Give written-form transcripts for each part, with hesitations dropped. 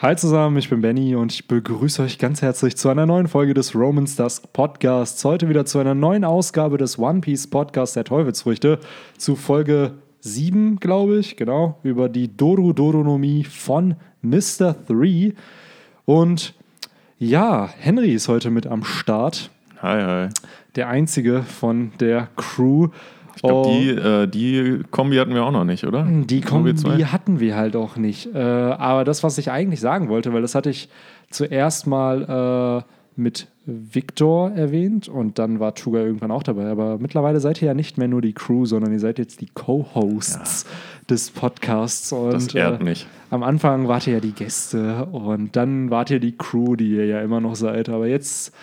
Hi zusammen, ich bin Benny und ich begrüße euch ganz herzlich zu einer neuen Folge des Romans Dusk Podcasts. Heute wieder zu einer neuen Ausgabe des One Piece Podcasts der Teufelsfrüchte. Zu Folge 7, glaube ich, genau, über die Doru-Doronomie von Mr. 3. Und ja, Henry ist heute mit am Start. Hi. Der einzige von der Crew. Ich glaube, die Kombi hatten wir auch noch nicht, oder? Die Kombi hatten wir halt auch nicht. Aber das, was ich eigentlich sagen wollte, weil das hatte ich zuerst mal mit Victor erwähnt und dann war Tuga irgendwann auch dabei. Aber mittlerweile seid ihr ja nicht mehr nur die Crew, sondern ihr seid jetzt die Co-Hosts des Podcasts. Und, das ehrt mich. Am Anfang wart ihr ja die Gäste und dann wart ihr die Crew, die ihr ja immer noch seid. Aber jetzt,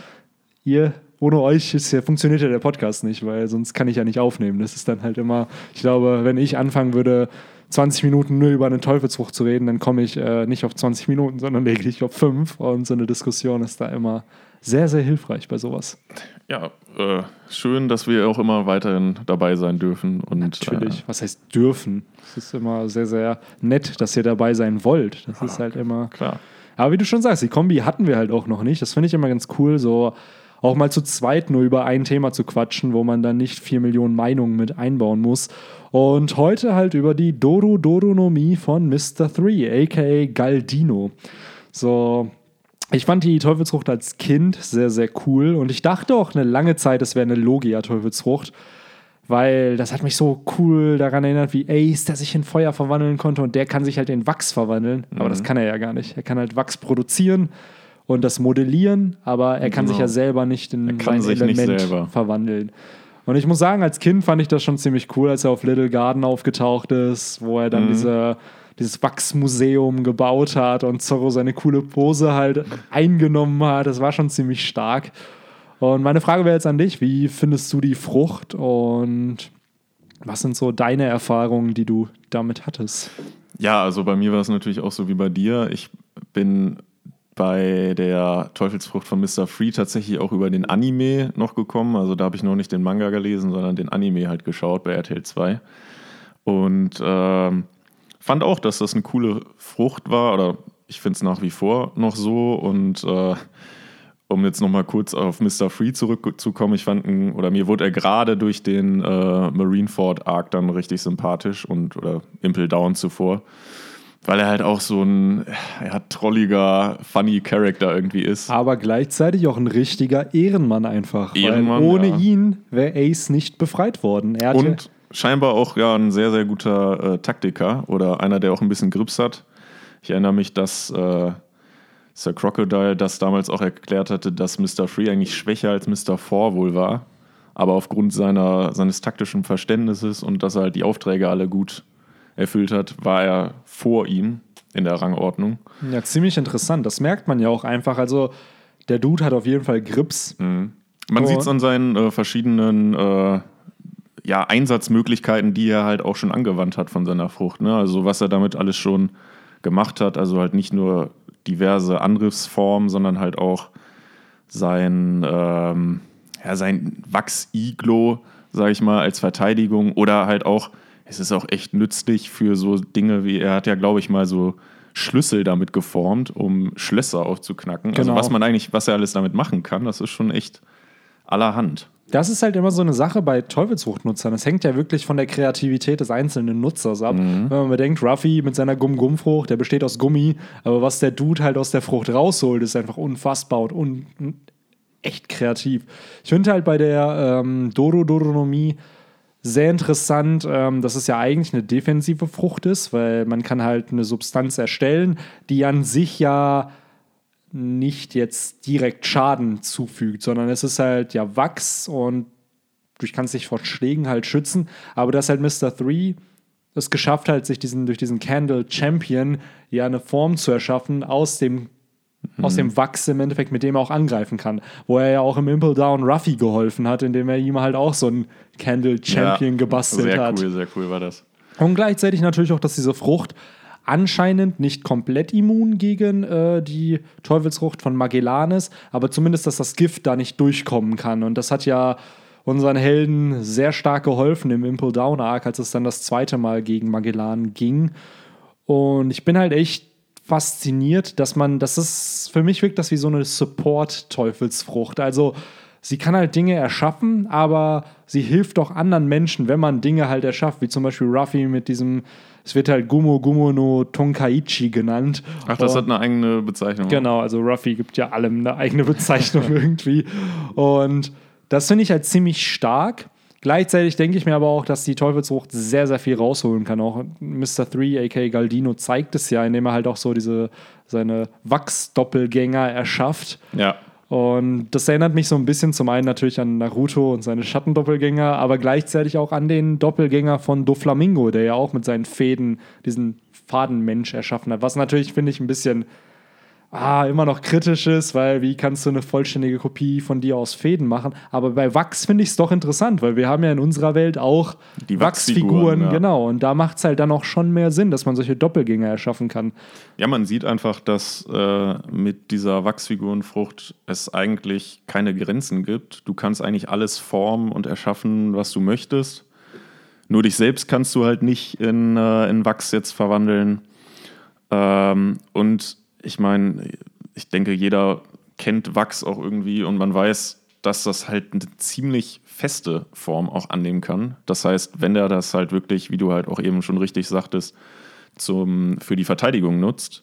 ohne euch funktioniert ja der Podcast nicht, weil sonst kann ich ja nicht aufnehmen. Das ist dann halt immer, ich glaube, wenn ich anfangen würde, 20 Minuten nur über eine Teufelsfrucht zu reden, dann komme ich nicht auf 20 Minuten, sondern lediglich auf 5. Und so eine Diskussion ist da immer sehr, sehr hilfreich bei sowas. Ja, schön, dass wir auch immer weiterhin dabei sein dürfen. Und, natürlich. Was heißt dürfen? Es ist immer sehr, sehr nett, dass ihr dabei sein wollt. Das ist halt immer... Klar. Aber wie du schon sagst, die Kombi hatten wir halt auch noch nicht. Das finde ich immer ganz cool, so auch mal zu zweit nur über ein Thema zu quatschen, wo man dann nicht 4 Millionen Meinungen mit einbauen muss. Und heute halt über die Doru-Doronomie von Mr. 3, a.k.a. Galdino. So, ich fand die Teufelsfrucht als Kind sehr, sehr cool. Und ich dachte auch eine lange Zeit, es wäre eine Logia-Teufelsfrucht. Weil das hat mich so cool daran erinnert, wie Ace, der sich in Feuer verwandeln konnte und der kann sich halt in Wachs verwandeln. Aber das kann er ja gar nicht. Er kann halt Wachs produzieren und das modellieren, aber er kann sich ja selber nicht in sein Element verwandeln. Und ich muss sagen, als Kind fand ich das schon ziemlich cool, als er auf Little Garden aufgetaucht ist, wo er dann dieses Wachsmuseum gebaut hat und Zorro seine coole Pose halt eingenommen hat. Das war schon ziemlich stark. Und meine Frage wäre jetzt an dich, wie findest du die Frucht und was sind so deine Erfahrungen, die du damit hattest? Ja, also bei mir war es natürlich auch so wie bei dir. Ich bin bei der Teufelsfrucht von Mr. Free tatsächlich auch über den Anime noch gekommen. Also da habe ich noch nicht den Manga gelesen, sondern den Anime halt geschaut bei RTL 2. Und fand auch, dass das eine coole Frucht war. Oder ich finde es nach wie vor noch so. Und um jetzt nochmal kurz auf Mr. Free zurückzukommen, mir wurde er gerade durch den Marineford Arc dann richtig sympathisch oder Impel Down zuvor. Weil er halt auch so ein trolliger, funny Charakter irgendwie ist. Aber gleichzeitig auch ein richtiger Ehrenmann einfach. Weil ohne ihn wäre Ace nicht befreit worden. Und scheinbar auch ein sehr, sehr guter Taktiker oder einer, der auch ein bisschen Grips hat. Ich erinnere mich, dass Sir Crocodile das damals auch erklärt hatte, dass Mr. Free eigentlich schwächer als Mr. 4 wohl war. Aber aufgrund seines taktischen Verständnisses und dass er halt die Aufträge alle gut erfüllt hat, war er vor ihm in der Rangordnung. Ja, ziemlich interessant. Das merkt man ja auch einfach. Also der Dude hat auf jeden Fall Grips. Mhm. Man sieht es an seinen verschiedenen Einsatzmöglichkeiten, die er halt auch schon angewandt hat von seiner Frucht. Ne? Also was er damit alles schon gemacht hat. Also halt nicht nur diverse Angriffsformen, sondern halt auch sein Wachs-Iglo, sag ich mal, als Verteidigung oder halt auch, es ist auch echt nützlich für so Dinge wie, er hat ja, glaube ich, mal so Schlüssel damit geformt, um Schlösser aufzuknacken. Genau. Also was er alles damit machen kann, das ist schon echt allerhand. Das ist halt immer so eine Sache bei Teufelsfruchtnutzern. Das hängt ja wirklich von der Kreativität des einzelnen Nutzers ab. Wenn man bedenkt, Ruffy mit seiner Gum-Gum-Frucht, der besteht aus Gummi, aber was der Dude halt aus der Frucht rausholt, ist einfach unfassbar und echt kreativ. Ich finde halt bei der Doru-Doronomie sehr interessant, dass es ja eigentlich eine defensive Frucht ist, weil man kann halt eine Substanz erstellen, die an sich ja nicht jetzt direkt Schaden zufügt, sondern es ist halt ja Wachs und du kannst dich vor Schlägen halt schützen, aber dass halt Mr. 3 es geschafft hat, sich durch diesen Candle Champion ja eine Form zu erschaffen aus dem Wachs im Endeffekt, mit dem er auch angreifen kann. Wo er ja auch im Impel Down Ruffy geholfen hat, indem er ihm halt auch so einen Candle Champion gebastelt hat. Sehr cool war das. Und gleichzeitig natürlich auch, dass diese Frucht anscheinend nicht komplett immun gegen die Teufelsfrucht von Magellanes, aber zumindest, dass das Gift da nicht durchkommen kann. Und das hat ja unseren Helden sehr stark geholfen im Impel Down Arc, als es dann das zweite Mal gegen Magellan ging. Und ich bin halt echt fasziniert, dass es für mich wirkt das wie so eine Support-Teufelsfrucht. Also sie kann halt Dinge erschaffen, aber sie hilft auch anderen Menschen, wenn man Dinge halt erschafft, wie zum Beispiel Ruffy mit diesem, es wird halt Gumo Gumo no Tonkaichi genannt. Ach, das hat eine eigene Bezeichnung. Genau, also Ruffy gibt ja allem eine eigene Bezeichnung irgendwie. Und das finde ich halt ziemlich stark. Gleichzeitig denke ich mir aber auch, dass die Teufelsfrucht sehr, sehr viel rausholen kann. Auch Mr. 3, a.k.a. Galdino, zeigt es ja, indem er halt auch so seine Wachsdoppelgänger erschafft. Ja. Und das erinnert mich so ein bisschen zum einen natürlich an Naruto und seine Schattendoppelgänger, aber gleichzeitig auch an den Doppelgänger von Doflamingo, der ja auch mit seinen Fäden diesen Fadenmensch erschaffen hat. Was natürlich, finde ich, ein bisschen immer noch kritisch ist, weil wie kannst du eine vollständige Kopie von dir aus Fäden machen? Aber bei Wachs finde ich es doch interessant, weil wir haben ja in unserer Welt auch die Wachsfiguren, ja. Genau. Und da macht es halt dann auch schon mehr Sinn, dass man solche Doppelgänger erschaffen kann. Ja, man sieht einfach, dass mit dieser Wachsfigurenfrucht es eigentlich keine Grenzen gibt. Du kannst eigentlich alles formen und erschaffen, was du möchtest. Nur dich selbst kannst du halt nicht in Wachs jetzt verwandeln. Und ich meine, ich denke, jeder kennt Wachs auch irgendwie und man weiß, dass das halt eine ziemlich feste Form auch annehmen kann. Das heißt, wenn der das halt wirklich, wie du halt auch eben schon richtig sagtest, für die Verteidigung nutzt,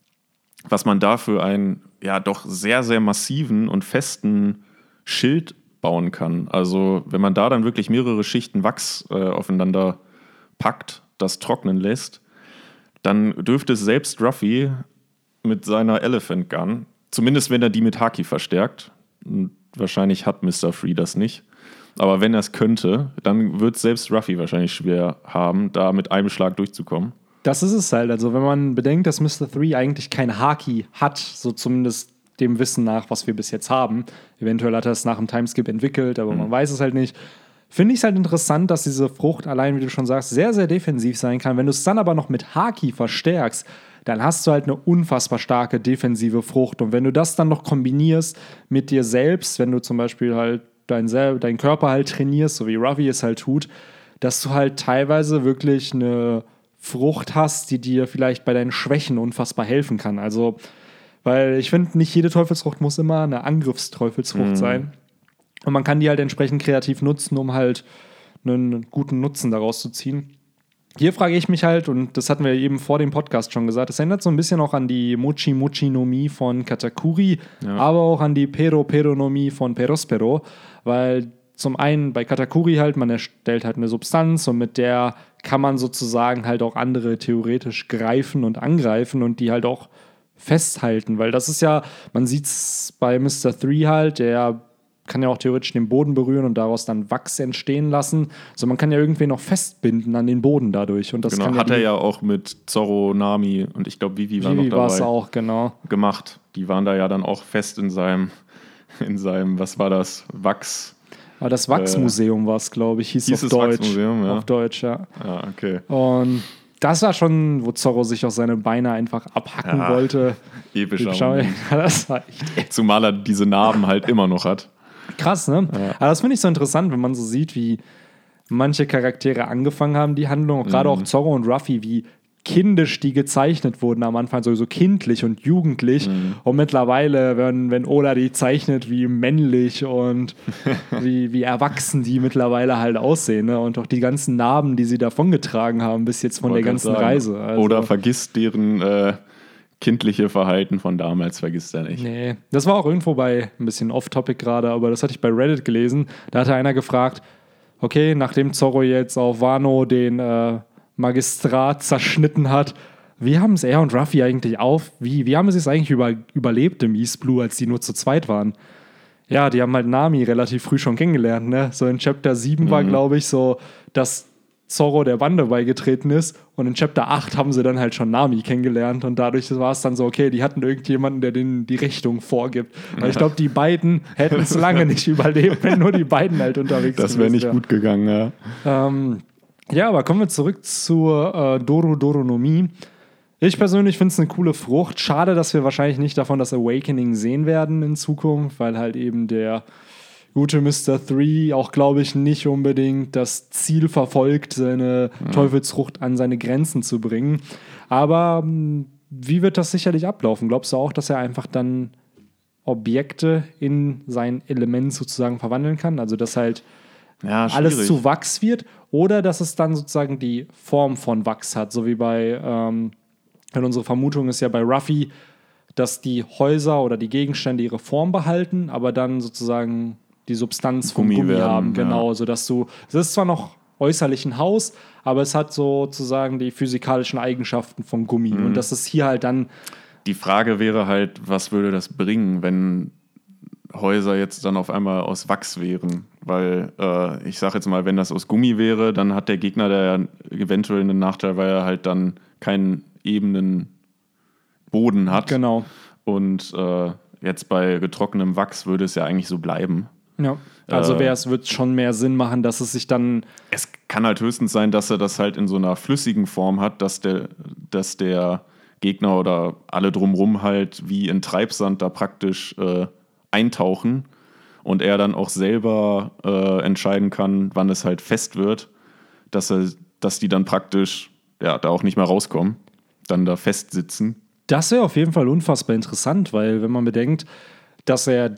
was man da für einen ja doch sehr, sehr massiven und festen Schild bauen kann. Also wenn man da dann wirklich mehrere Schichten Wachs aufeinander packt, das trocknen lässt, dann dürfte es selbst Ruffy mit seiner Elephant Gun, zumindest wenn er die mit Haki verstärkt, wahrscheinlich hat Mr. Free das nicht, aber wenn er es könnte, dann wird selbst Ruffy wahrscheinlich schwer haben, da mit einem Schlag durchzukommen. Das ist es halt. Also wenn man bedenkt, dass Mr. 3 eigentlich kein Haki hat, so zumindest dem Wissen nach, was wir bis jetzt haben. Eventuell hat er es nach dem Timeskip entwickelt, aber man weiß es halt nicht. Finde ich es halt interessant, dass diese Frucht allein, wie du schon sagst, sehr, sehr defensiv sein kann. Wenn du es dann aber noch mit Haki verstärkst, dann hast du halt eine unfassbar starke defensive Frucht. Und wenn du das dann noch kombinierst mit dir selbst, wenn du zum Beispiel halt deinen Körper halt trainierst, so wie Ruffy es halt tut, dass du halt teilweise wirklich eine Frucht hast, die dir vielleicht bei deinen Schwächen unfassbar helfen kann. Also, weil ich finde, nicht jede Teufelsfrucht muss immer eine Angriffsteufelsfrucht sein. Und man kann die halt entsprechend kreativ nutzen, um halt einen guten Nutzen daraus zu ziehen. Hier frage ich mich halt, und das hatten wir eben vor dem Podcast schon gesagt, es erinnert so ein bisschen auch an die Mochi Mochi no Mi von Katakuri, aber auch an die Pero Pero no Mi von Perospero, weil zum einen bei Katakuri halt, man erstellt halt eine Substanz und mit der kann man sozusagen halt auch andere theoretisch greifen und angreifen und die halt auch festhalten, weil das ist ja, man sieht es bei Mr. 3 halt, der kann ja auch theoretisch den Boden berühren und daraus dann Wachs entstehen lassen. Also man kann ja irgendwie noch festbinden an den Boden dadurch. Und das genau, kann hat er ja auch mit Zorro, Nami und ich glaube Vivi war noch dabei. Vivi war es auch, genau. Gemacht. Die waren da ja dann auch fest in seinem, was war das, Wachs. Aber das Wachsmuseum war es, glaube ich, hieß auf Deutsch. Wachsmuseum, ja. Auf Deutsch, ja. Ja, okay. Und das war schon, wo Zorro sich auch seine Beine einfach abhacken wollte. Epischer Moment. Das war echt. Zumal er diese Narben halt immer noch hat. Krass, ne? Ja. Aber das finde ich so interessant, wenn man so sieht, wie manche Charaktere angefangen haben, die Handlung, gerade auch Zorro und Ruffy, wie kindisch die gezeichnet wurden am Anfang, so kindlich und jugendlich. Und mittlerweile, wenn Oda die zeichnet, wie männlich und wie erwachsen die mittlerweile halt aussehen. Ne? Und auch die ganzen Narben, die sie davongetragen haben, bis jetzt von der ganzen Reise. Also, Oda vergisst deren kindliche Verhalten von damals, vergisst er nicht. Nee, das war auch irgendwo bei, ein bisschen off-topic gerade, aber das hatte ich bei Reddit gelesen. Da hatte einer gefragt, okay, nachdem Zorro jetzt auf Wano den Magistrat zerschnitten hat, wie haben es er und Ruffy eigentlich wie haben sie es eigentlich überlebt im East Blue, als die nur zu zweit waren? Ja, die haben halt Nami relativ früh schon kennengelernt, ne? So in Chapter 7 war, glaube ich, so, dass Zorro der Bande beigetreten ist und in Chapter 8 haben sie dann halt schon Nami kennengelernt und dadurch war es dann so, okay, die hatten irgendjemanden, der denen die Richtung vorgibt. Weil ich glaube, die beiden hätten es lange nicht überlebt, wenn nur die beiden halt unterwegs sind. Das wäre nicht gut gegangen, ja. Ja, aber kommen wir zurück zur Doru Doru no Mi. Ich persönlich finde es eine coole Frucht. Schade, dass wir wahrscheinlich nicht davon das Awakening sehen werden in Zukunft, weil halt eben der gute Mr. 3 auch, glaube ich, nicht unbedingt das Ziel verfolgt, seine Teufelsfrucht an seine Grenzen zu bringen. Aber wie wird das sicherlich ablaufen? Glaubst du auch, dass er einfach dann Objekte in sein Element sozusagen verwandeln kann? Also, dass halt alles zu Wachs wird? Oder dass es dann sozusagen die Form von Wachs hat? So wie denn unsere Vermutung ist ja bei Ruffy, dass die Häuser oder die Gegenstände ihre Form behalten, aber dann sozusagen die Substanz vom Gummi haben. Genau, sodass es ist zwar noch äußerlich ein Haus, aber es hat sozusagen die physikalischen Eigenschaften von Gummi. Und das ist hier halt dann. Die Frage wäre halt, was würde das bringen, wenn Häuser jetzt dann auf einmal aus Wachs wären? Weil ich sage jetzt mal, wenn das aus Gummi wäre, dann hat der Gegner da ja eventuell einen Nachteil, weil er halt dann keinen ebenen Boden hat. Genau. Und jetzt bei getrocknetem Wachs würde es ja eigentlich so bleiben. Ja, also wird schon mehr Sinn machen, dass es sich dann. Es kann halt höchstens sein, dass er das halt in so einer flüssigen Form hat, dass der Gegner oder alle drumrum halt wie in Treibsand da praktisch eintauchen und er dann auch selber entscheiden kann, wann es halt fest wird, dass die dann praktisch da auch nicht mehr rauskommen, dann da festsitzen. Das wäre auf jeden Fall unfassbar interessant, weil wenn man bedenkt, dass er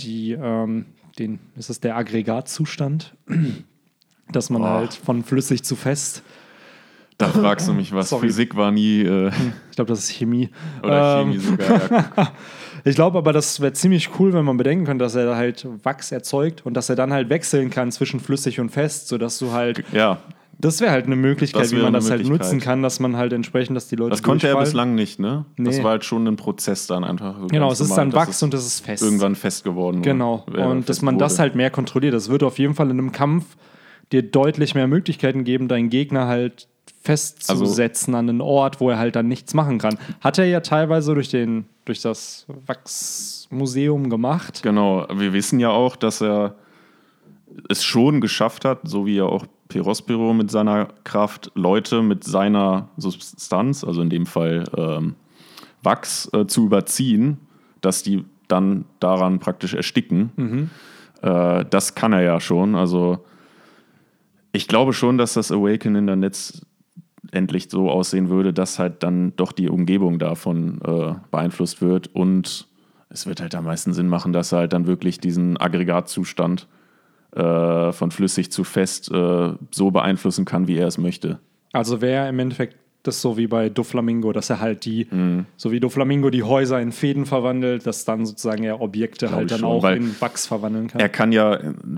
ist es der Aggregatzustand, dass man halt von flüssig zu fest. Da fragst du mich was. Sorry. Physik war nie. Ich glaube, das ist Chemie. Oder Chemie sogar. Ja. Ich glaube aber, das wäre ziemlich cool, wenn man bedenken könnte, dass er halt Wachs erzeugt und dass er dann halt wechseln kann zwischen flüssig und fest, sodass du halt. Ja. Das wäre halt eine Möglichkeit, wie man das halt nutzen kann, dass man halt entsprechend, dass die Leute. Das konnte er bislang nicht, ne? Nee. Das war halt schon ein Prozess dann einfach. So genau, es ist dann Wachs und es ist fest. Irgendwann fest geworden. Genau. Und dass man das halt mehr kontrolliert. Das würde auf jeden Fall in einem Kampf dir deutlich mehr Möglichkeiten geben, deinen Gegner halt festzusetzen an einen Ort, wo er halt dann nichts machen kann. Hat er ja teilweise durch das Wachsmuseum gemacht. Genau. Wir wissen ja auch, dass er es schon geschafft hat, so wie er auch Perospero mit seiner Kraft, Leute mit seiner Substanz, also in dem Fall Wachs, zu überziehen, dass die dann daran praktisch ersticken. Das kann er ja schon. Also ich glaube schon, dass das Awakening dann letztendlich so aussehen würde, dass halt dann doch die Umgebung davon beeinflusst wird. Und es wird halt am meisten Sinn machen, dass er halt dann wirklich diesen Aggregatzustand von flüssig zu fest so beeinflussen kann, wie er es möchte. Also wäre im Endeffekt das so wie bei Doflamingo, dass er halt so wie Doflamingo die Häuser in Fäden verwandelt, dass dann sozusagen er Objekte halt dann auch in Wachs verwandeln kann. Er kann ja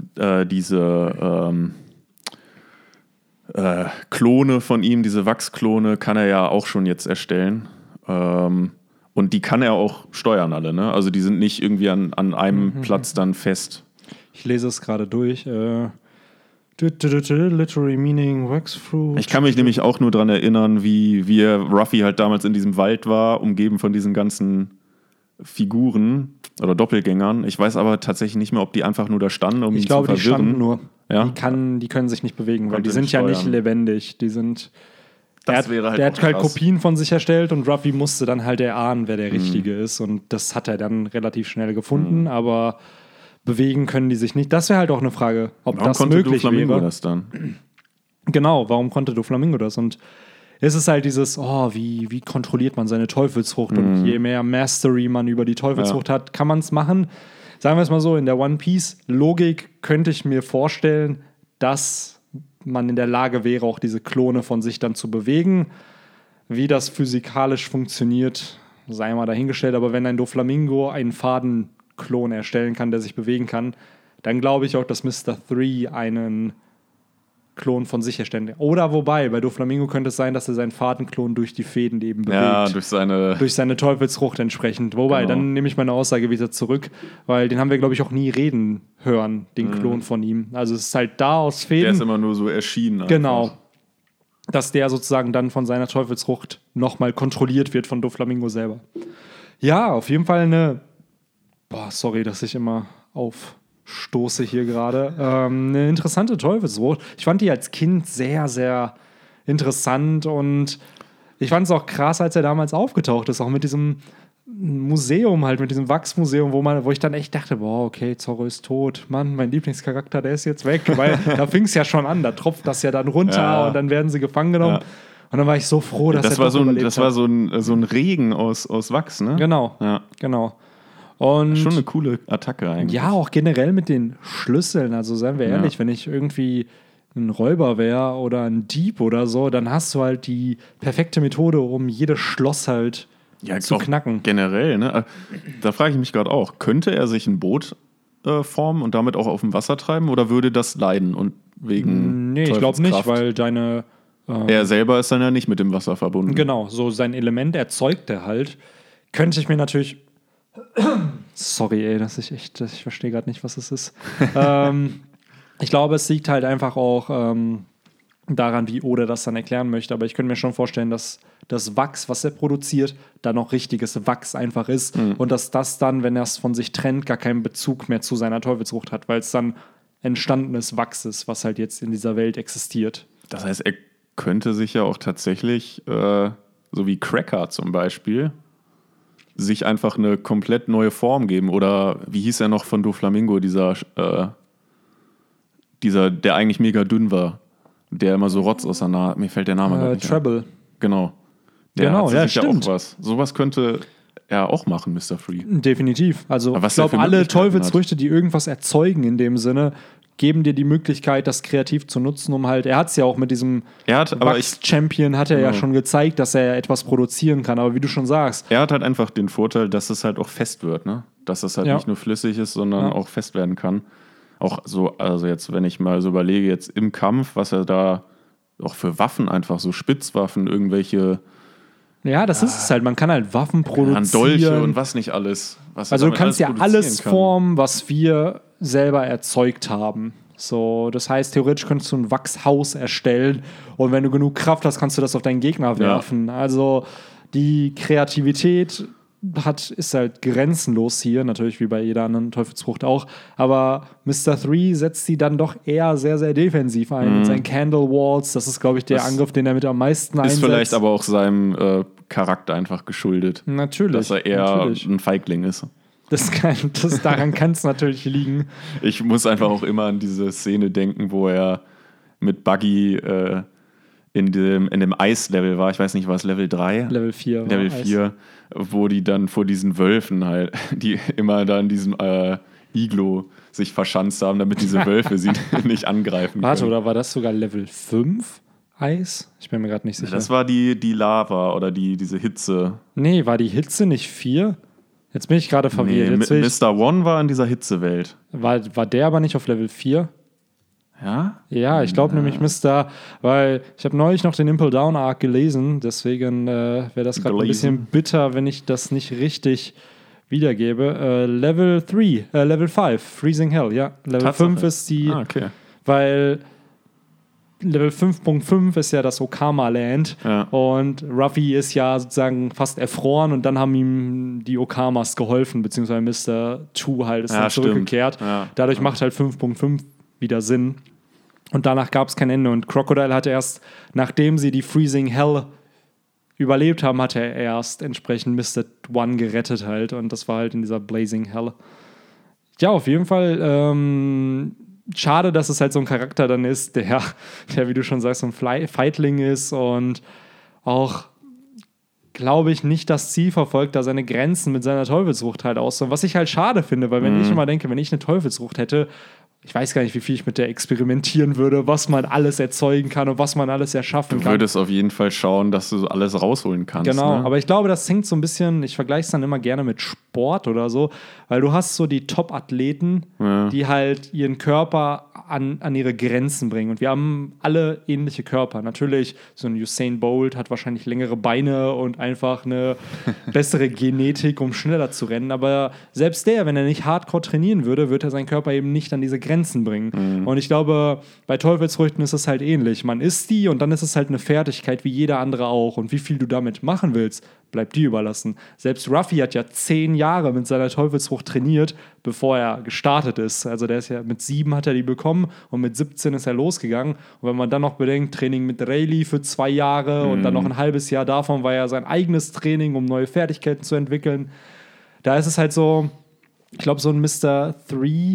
diese Klone von ihm, diese Wachsklone, kann er ja auch schon jetzt erstellen. Und die kann er auch steuern alle, ne? Also die sind nicht irgendwie an einem Platz dann fest. Ich lese es gerade durch. Literary Meaning, Waxfruit. Ich kann mich nämlich auch nur daran erinnern, wie Ruffy halt damals in diesem Wald war, umgeben von diesen ganzen Figuren oder Doppelgängern. Ich weiß aber tatsächlich nicht mehr, ob die einfach nur da standen, um ihn zu verwirren. Ich glaube, die standen nur. Ja? Die können sich nicht bewegen, weil die sind ja nicht lebendig. Die sind. Der hat halt Kopien von sich erstellt und Ruffy musste dann halt erahnen, wer der Richtige ist. Und das hat er dann relativ schnell gefunden, aber bewegen können die sich nicht. Das wäre halt auch eine Frage, ob das möglich wäre. Warum konnte Doflamingo das dann? Genau, warum konnte Doflamingo das? Und es ist halt dieses, wie kontrolliert man seine Teufelsfrucht? Und je mehr Mastery man über die Teufelsfrucht hat, kann man es machen. Sagen wir es mal so, in der One-Piece-Logik könnte ich mir vorstellen, dass man in der Lage wäre, auch diese Klone von sich dann zu bewegen. Wie das physikalisch funktioniert, sei mal dahingestellt. Aber wenn ein Doflamingo einen Fadenklon erstellen kann, der sich bewegen kann, dann glaube ich auch, dass Mr. 3 einen Klon von sich erstellen. Oder wobei, bei Doflamingo könnte es sein, dass er seinen Fadenklon durch die Fäden eben bewegt. Ja, durch seine Teufelsfrucht entsprechend. Wobei, dann nehme ich meine Aussage wieder zurück, weil den haben wir, glaube ich, auch nie reden hören, den Klon von ihm. Also es ist halt da aus Fäden. Der ist immer nur so erschienen. Einfach. Genau. Dass der sozusagen dann von seiner Teufelsfrucht nochmal kontrolliert wird von Doflamingo selber. Ja, auf jeden Fall eine. Sorry, dass ich immer aufstoße hier gerade. Eine interessante Teufelsfrucht. Ich fand die als Kind sehr, sehr interessant und ich fand es auch krass, als er damals aufgetaucht ist, auch mit diesem Museum, halt mit diesem Wachsmuseum, wo ich dann echt dachte, okay, Zorro ist tot. Mann, mein Lieblingscharakter, der ist jetzt weg. Weil da fing es ja schon an, da tropft das ja dann runter und dann werden sie gefangen genommen. Ja. Und dann war ich so froh, dass das er war doch überlebt das hat. war so ein Regen aus Wachs, ne? Genau, Ja. genau. Und Schon eine coole Attacke eigentlich. ja, auch generell mit den Schlüsseln. Also seien wir ehrlich, wenn ich irgendwie ein Räuber wäre oder ein Dieb oder so, dann hast du halt die perfekte Methode, um jedes Schloss halt zu auch knacken. Generell, ne? Da frage ich mich gerade auch, könnte er sich ein Boot formen und damit auch auf dem Wasser treiben oder würde das leiden und wegen Nee, ich glaube nicht, Teufelskraft? weil deine Er selber ist dann ja nicht mit dem Wasser verbunden. genau, so sein Element erzeugt er halt. Könnte ich mir natürlich. Sorry, ey, ich verstehe gerade nicht, was es ist. Ich glaube, es liegt halt einfach auch daran, wie Oda das dann erklären möchte. Aber ich könnte mir schon vorstellen, dass das Wachs, was er produziert, dann auch richtiges Wachs einfach ist. Und dass das dann, wenn er es von sich trennt, gar keinen Bezug mehr zu seiner Teufelsfrucht hat, weil es dann entstandenes Wachs ist, was halt jetzt in dieser Welt existiert. Das heißt, er könnte sich ja auch tatsächlich, so wie Cracker zum Beispiel, sich einfach eine komplett neue Form geben. Oder wie hieß er noch von Doflamingo, dieser, der eigentlich mega dünn war, der immer so Rotz aus der Nase, mir fällt der Name gar nicht ein. Treble. Genau. Der Genau, hat ja, sicher stimmt. auch was. Sowas könnte er auch machen, Mr. Free. Definitiv. Also Aber was ich der glaube, für alle Möglichkeiten Teufelsfrüchte, die irgendwas erzeugen in dem Sinne, geben dir die Möglichkeit, das kreativ zu nutzen, um halt, er hat es ja auch mit diesem Wachs-Champion, hat er ja schon gezeigt, dass er etwas produzieren kann, aber wie du schon sagst. Er hat halt einfach den Vorteil, dass es halt auch fest wird, ne? Dass es halt nicht nur flüssig ist, sondern auch fest werden kann. Auch so, also jetzt, wenn ich mal so überlege, jetzt im Kampf, was er da auch für Waffen einfach, so Spitzwaffen, irgendwelche Ja, das ist es halt, man kann halt Waffen produzieren. Dolche und was nicht alles. Was Also du kannst ja alles kann. formen, was wir selber erzeugt haben. So, das heißt, theoretisch könntest du ein Wachshaus erstellen und wenn du genug Kraft hast, kannst du das auf deinen Gegner werfen. Also die Kreativität ist halt grenzenlos hier, natürlich wie bei jeder anderen Teufelsfrucht auch, aber Mr. 3 setzt sie dann doch eher sehr, sehr defensiv ein mit seinen Candle Walls. Das ist, glaube ich, der Angriff, den er mit am meisten einsetzt. Ist vielleicht aber auch seinem Charakter einfach geschuldet. Natürlich. Dass er eher ein Feigling ist. Daran kann es natürlich liegen. Ich muss einfach auch immer an diese Szene denken, wo er mit Buggy in dem Eislevel war. Ich weiß nicht, war es Level 3? Level 4. Level 4, wo die dann vor diesen Wölfen halt, die immer da in diesem Iglo sich verschanzt haben, damit diese Wölfe sie nicht angreifen können. Warte, oder war das sogar Level 5 Eis? Ich bin mir gerade nicht sicher. Das war die Lava oder diese Hitze. Nee, war die Hitze nicht 4? Jetzt bin ich gerade verwirrt. Nee, Mr. One war in dieser Hitzewelt. War der aber nicht auf Level 4? Ja? Ja, ich glaube nämlich weil ich habe neulich noch den Impel Down Arc gelesen, deswegen wäre das gerade ein bisschen bitter, wenn ich das nicht richtig wiedergebe. Level 5, Freezing Hell, ja. Level 5 ist die, weil Level 5.5 ist ja das Okama-Land und Ruffy ist ja sozusagen fast erfroren und dann haben ihm die Okamas geholfen, beziehungsweise Mr. 2 halt ist dann zurückgekehrt. Ja. Dadurch macht halt 5.5 wieder Sinn. Und danach gab es kein Ende. Und Crocodile hatte erst, nachdem sie die Freezing Hell überlebt haben, hat er erst entsprechend Mr. One gerettet halt. Und das war halt in dieser Blazing Hell. Ja, auf jeden Fall schade, dass es halt so ein Charakter dann ist, der wie du schon sagst, so ein Feigling ist und auch, glaube ich, nicht das Ziel verfolgt, da seine Grenzen mit seiner Teufelsfrucht halt auszunehmen. Was ich halt schade finde, weil wenn ich immer denke, wenn ich eine Teufelsfrucht hätte, ich weiß gar nicht, wie viel ich mit der experimentieren würde, was man alles erzeugen kann und was man alles erschaffen kann. Du würdest auf jeden Fall schauen, dass du alles rausholen kannst. Genau, ne? Aber ich glaube, das hängt so ein bisschen, ich vergleiche es dann immer gerne mit Sport oder so, weil du hast so die Top-Athleten, die halt ihren Körper an ihre Grenzen bringen. Und wir haben alle ähnliche Körper. Natürlich, so ein Usain Bolt hat wahrscheinlich längere Beine und einfach eine bessere Genetik, um schneller zu rennen. Aber selbst wenn er nicht hardcore trainieren würde, wird er seinen Körper eben nicht an diese Grenzen bringen. Und ich glaube, bei Teufelsfrüchten ist es halt ähnlich. Man isst die und dann ist es halt eine Fertigkeit, wie jeder andere auch. Und wie viel du damit machen willst, bleibt dir überlassen. Selbst Ruffy hat ja 10 Jahre mit seiner Teufelsfrucht trainiert, bevor er gestartet ist. Also der ist ja mit 7 hat er die bekommen und mit 17 ist er losgegangen. Und wenn man dann noch bedenkt, Training mit Rayleigh für 2 Jahre und dann noch ein halbes Jahr davon war ja sein eigenes Training, um neue Fertigkeiten zu entwickeln. Da ist es halt so, ich glaube, so ein Mr. 3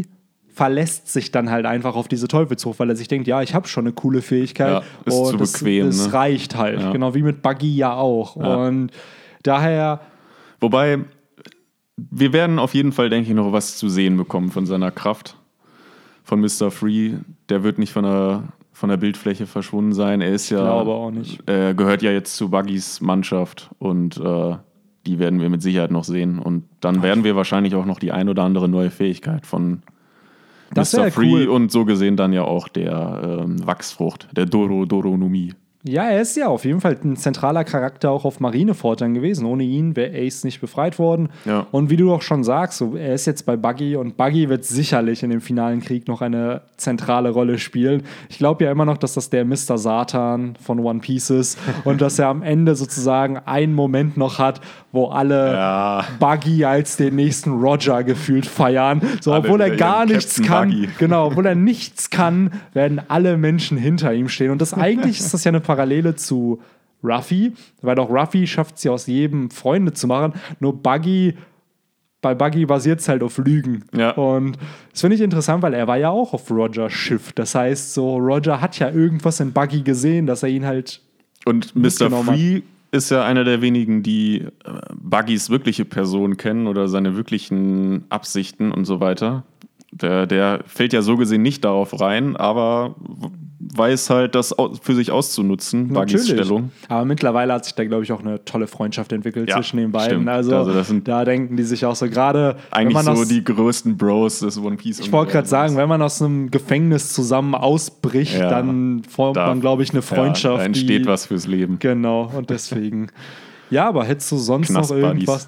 verlässt sich dann halt einfach auf diese Teufelsfrucht, weil er sich denkt, ja, ich habe schon eine coole Fähigkeit. Ja, ist zu bequem. Das reicht halt. Ja. Genau wie mit Buggy ja auch. Ja. Und daher... Wobei, wir werden auf jeden Fall, denke ich, noch was zu sehen bekommen von seiner Kraft. Von Mr. Free. Der wird nicht von der Bildfläche verschwunden sein. Er ist ich glaube auch nicht. Gehört ja jetzt zu Buggys Mannschaft und die werden wir mit Sicherheit noch sehen. Und dann werden wir wahrscheinlich auch noch die ein oder andere neue Fähigkeit von Mr. Free cool. Und so gesehen dann ja auch der Wachsfrucht, der Doronomie. Ja, er ist ja auf jeden Fall ein zentraler Charakter auch auf Marineford dann gewesen. Ohne ihn wäre Ace nicht befreit worden. Ja. Und wie du auch schon sagst, so, er ist jetzt bei Buggy und Buggy wird sicherlich in dem finalen Krieg noch eine zentrale Rolle spielen. Ich glaube ja immer noch, dass das der Mr. Satan von One Piece ist und dass er am Ende sozusagen einen Moment noch hat, wo alle Buggy als den nächsten Roger gefühlt feiern. So, obwohl er gar nichts kann. Buggy. Genau, obwohl er nichts kann, werden alle Menschen hinter ihm stehen. Und eigentlich ist das ja eine Parallele zu Ruffy, weil auch Ruffy schafft es ja aus jedem Freunde zu machen, nur bei Buggy basiert es halt auf Lügen. Ja. Und das finde ich interessant, weil er war ja auch auf Rogers Schiff. Das heißt, so Roger hat ja irgendwas in Buggy gesehen, dass er ihn halt und Mr. Free ist ja einer der wenigen, die Buggys wirkliche Person kennen oder seine wirklichen Absichten und so weiter. Der fällt ja so gesehen nicht darauf rein, aber weiß halt, das für sich auszunutzen, Buggys Stellung. Aber mittlerweile hat sich da, glaube ich, auch eine tolle Freundschaft entwickelt zwischen den beiden. Stimmt. Also das sind da denken die sich auch so gerade... Eigentlich so die größten Bros des One Piece. Ich wollte gerade sagen, wenn man aus einem Gefängnis zusammen ausbricht, dann formt man, glaube ich, eine Freundschaft. Da entsteht was fürs Leben. Genau, und deswegen... Ja, aber hättest du sonst noch irgendwas?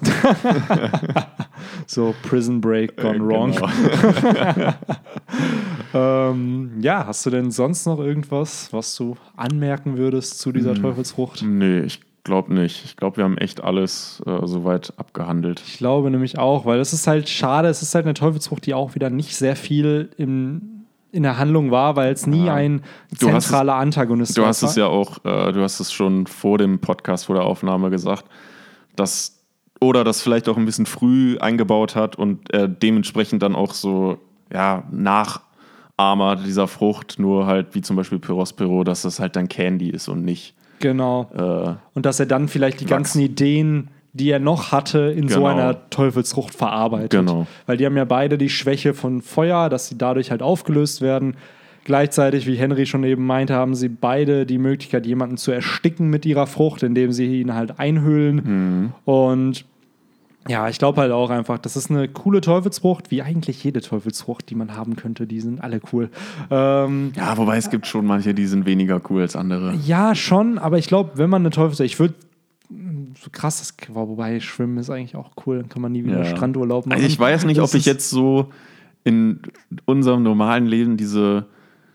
So Prison Break gone wrong. Genau. Hast du denn sonst noch irgendwas, was du anmerken würdest zu dieser Teufelsfrucht? Nee, ich glaube nicht. Ich glaube, wir haben echt alles soweit abgehandelt. Ich glaube nämlich auch, weil es ist halt schade, es ist halt eine Teufelsfrucht, die auch wieder nicht sehr viel in der Handlung war, weil es nie ein zentraler Antagonist war. Du hast es ja auch, du hast es schon vor dem Podcast, vor der Aufnahme gesagt, dass vielleicht auch ein bisschen früh eingebaut hat und dementsprechend dann auch so, Nachahmer dieser Frucht, nur halt wie zum Beispiel Pyrospero, dass das halt dann Candy ist und nicht. Genau. Und dass er dann vielleicht die ganzen Ideen, die er noch hatte, in so einer Teufelsfrucht verarbeitet. Genau. Weil die haben ja beide die Schwäche von Feuer, dass sie dadurch halt aufgelöst werden. Gleichzeitig, wie Henry schon eben meinte, haben sie beide die Möglichkeit, jemanden zu ersticken mit ihrer Frucht, indem sie ihn halt einhüllen. Und ja, ich glaube halt auch einfach, das ist eine coole Teufelsfrucht, wie eigentlich jede Teufelsfrucht, die man haben könnte. Die sind alle cool. Wobei es gibt schon manche, die sind weniger cool als andere. Ja, schon, aber ich glaube, wenn man eine Teufelsfrucht, ich würde so krass, wobei Schwimmen ist eigentlich auch cool, dann kann man nie wieder Strandurlaub machen. Also ich weiß nicht, ob ich jetzt so in unserem normalen Leben diese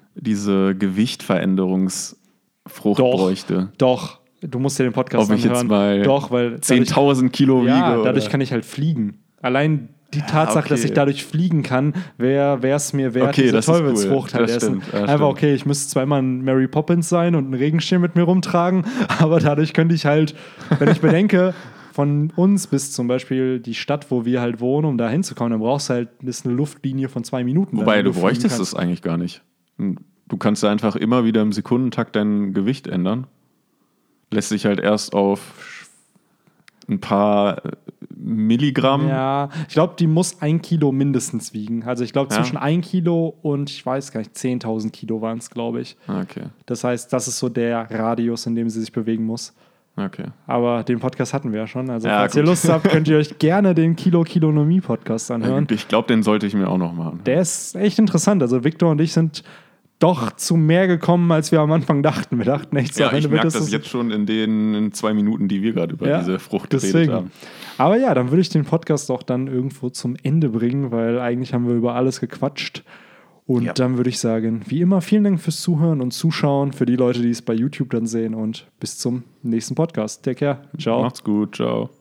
Gewichtveränderungsfrucht bräuchte. Doch, du musst dir den Podcast anhören. Jetzt mal weil 10.000 Kilo wiege. Ja, dadurch kann ich halt fliegen. Allein die Tatsache, dass ich dadurch fliegen kann, wäre es mir wert, diese Teufelsfrucht halt essen. Einfach, ich müsste zweimal ein Mary Poppins sein und einen Regenschirm mit mir rumtragen, aber dadurch könnte ich halt, wenn ich bedenke, von uns bis zum Beispiel die Stadt, wo wir halt wohnen, um da hinzukommen, dann brauchst du halt eine Luftlinie von 2 Minuten. Wobei, du bräuchtest es eigentlich gar nicht. Du kannst einfach immer wieder im Sekundentakt dein Gewicht ändern. Lässt sich halt erst auf ein paar Milligramm. Ja, ich glaube, die muss 1 Kilo mindestens wiegen. Also ich glaube, zwischen 1 Kilo und, ich weiß gar nicht, 10.000 Kilo waren es, glaube ich. Okay. Das heißt, das ist so der Radius, in dem sie sich bewegen muss. Okay. Aber den Podcast hatten wir ja schon. Also falls ihr Lust habt, könnt ihr euch gerne den Kilonomie-Podcast anhören. Ich glaube, den sollte ich mir auch noch machen. Der ist echt interessant. Also Victor und ich sind doch zu mehr gekommen, als wir am Anfang dachten. Wir dachten echt so, ich merke das jetzt schon in den 2 Minuten, die wir gerade über diese Frucht geredet haben. Aber ja, dann würde ich den Podcast auch dann irgendwo zum Ende bringen, weil eigentlich haben wir über alles gequatscht. Und dann würde ich sagen, wie immer, vielen Dank fürs Zuhören und Zuschauen, für die Leute, die es bei YouTube dann sehen und bis zum nächsten Podcast. Take care. Ciao. Macht's gut. Ciao.